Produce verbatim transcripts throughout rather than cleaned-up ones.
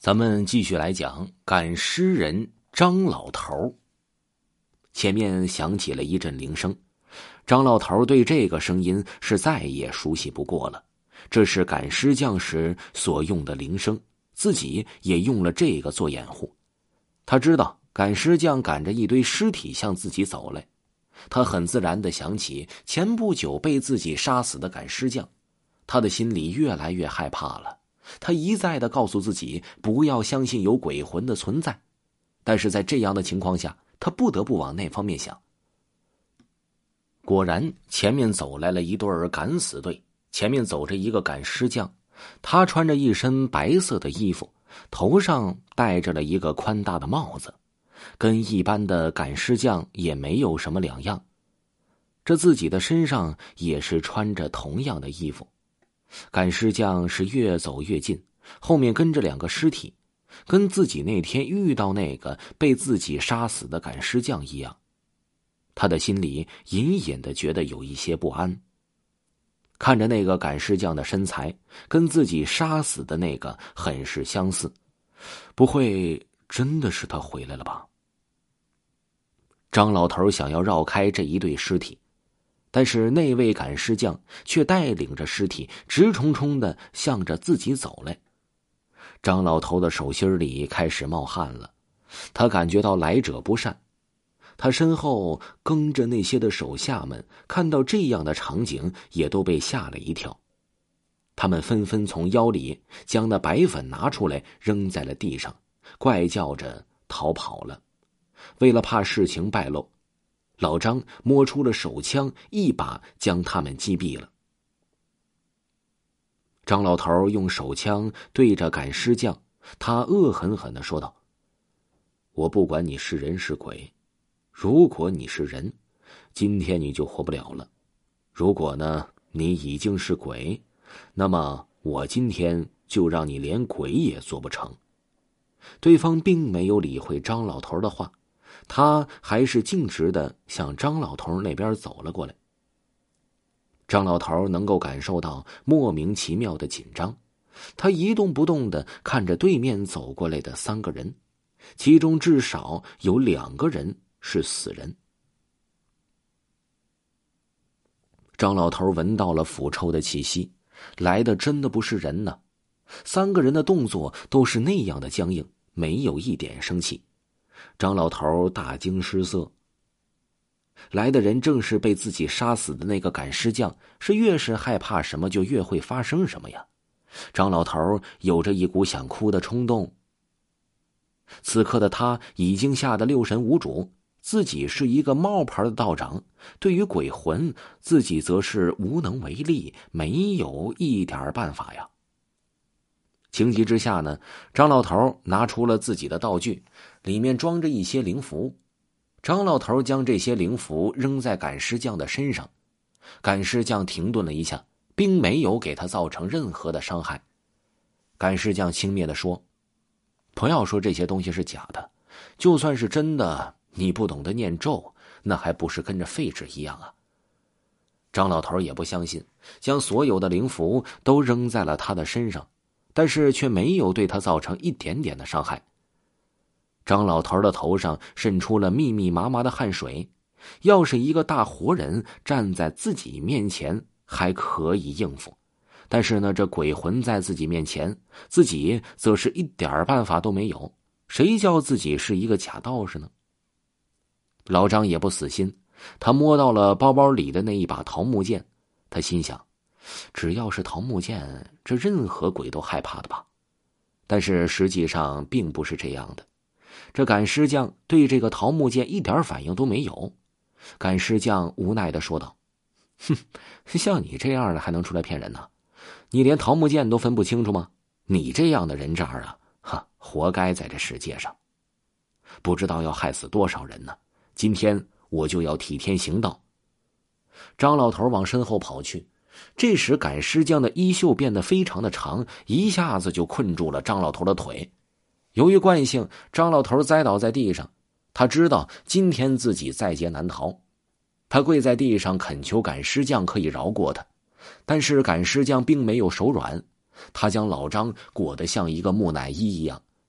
咱们继续来讲赶尸人张老头。前面响起了一阵铃声，张老头对这个声音是再也熟悉不过了。这是赶尸匠时所用的铃声，自己也用了这个做掩护。他知道赶尸匠赶着一堆尸体向自己走来，他很自然地想起前不久被自己杀死的赶尸匠，他的心里越来越害怕了。他一再地告诉自己不要相信有鬼魂的存在，但是在这样的情况下，他不得不往那方面想。果然，前面走来了一对敢死队，前面走着一个赶尸匠，他穿着一身白色的衣服，头上戴着了一个宽大的帽子，跟一般的赶尸匠也没有什么两样。这自己的身上也是穿着同样的衣服。赶尸匠是越走越近，后面跟着两个尸体，跟自己那天遇到那个被自己杀死的赶尸匠一样。他的心里隐隐地觉得有一些不安。看着那个赶尸匠的身材跟自己杀死的那个很是相似，不会真的是他回来了吧？张老头想要绕开这一对尸体，但是那位赶尸匠却带领着尸体直冲冲地向着自己走来。张老头的手心里开始冒汗了，他感觉到来者不善。他身后跟着那些的手下们看到这样的场景，也都被吓了一跳。他们纷纷从腰里将那白粉拿出来扔在了地上，怪叫着逃跑了。为了怕事情败露，老张摸出了手枪，一把将他们击毙了。张老头用手枪对着赶尸匠，他恶狠狠地说道：我不管你是人是鬼，如果你是人，今天你就活不了了。如果呢，你已经是鬼，那么我今天就让你连鬼也做不成。对方并没有理会张老头的话，他还是径直地向张老头那边走了过来。张老头能够感受到莫名其妙的紧张，他一动不动地看着对面走过来的三个人，其中至少有两个人是死人。张老头闻到了腐臭的气息，来的真的不是人呢。三个人的动作都是那样的僵硬，没有一点生气。张老头大惊失色，来的人正是被自己杀死的那个赶尸匠，是越是害怕什么就越会发生什么呀。张老头有着一股想哭的冲动。此刻的他已经吓得六神无主，自己是一个冒牌的道长，对于鬼魂自己则是无能为力，没有一点办法呀。情急之下呢，张老头拿出了自己的道具，里面装着一些灵符。张老头将这些灵符扔在赶尸匠的身上，赶尸匠停顿了一下，并没有给他造成任何的伤害。赶尸匠轻蔑地说：不要说这些东西是假的，就算是真的，你不懂得念咒，那还不是跟着废纸一样啊。张老头也不相信，将所有的灵符都扔在了他的身上，但是却没有对他造成一点点的伤害。张老头的头上渗出了密密麻麻的汗水，要是一个大活人站在自己面前还可以应付，但是呢，这鬼魂在自己面前，自己则是一点办法都没有，谁叫自己是一个假道士呢？老张也不死心，他摸到了包包里的那一把桃木剑，他心想，只要是桃木剑，这任何鬼都害怕的吧。但是实际上并不是这样的，这赶尸匠对这个桃木剑一点反应都没有。赶尸匠无奈地说道：哼，像你这样的还能出来骗人呢？你连桃木剑都分不清楚吗？你这样的人渣啊，哈，活该在这世界上，不知道要害死多少人呢。今天我就要替天行道。张老头往身后跑去，这时赶尸匠的衣袖变得非常的长，一下子就困住了张老头的腿。由于惯性，张老头栽倒在地上，他知道今天自己在劫难逃。他跪在地上恳求赶尸匠可以饶过他，但是赶尸匠并没有手软，他将老张裹得像一个木乃伊一样，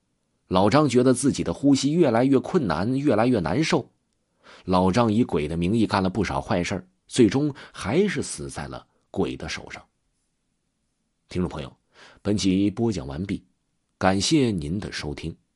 老张觉得自己的呼吸越来越困难，越来越难受。老张以鬼的名义干了不少坏事，最终还是死在了鬼的手上。听众朋友，本集播讲完毕，感谢您的收听。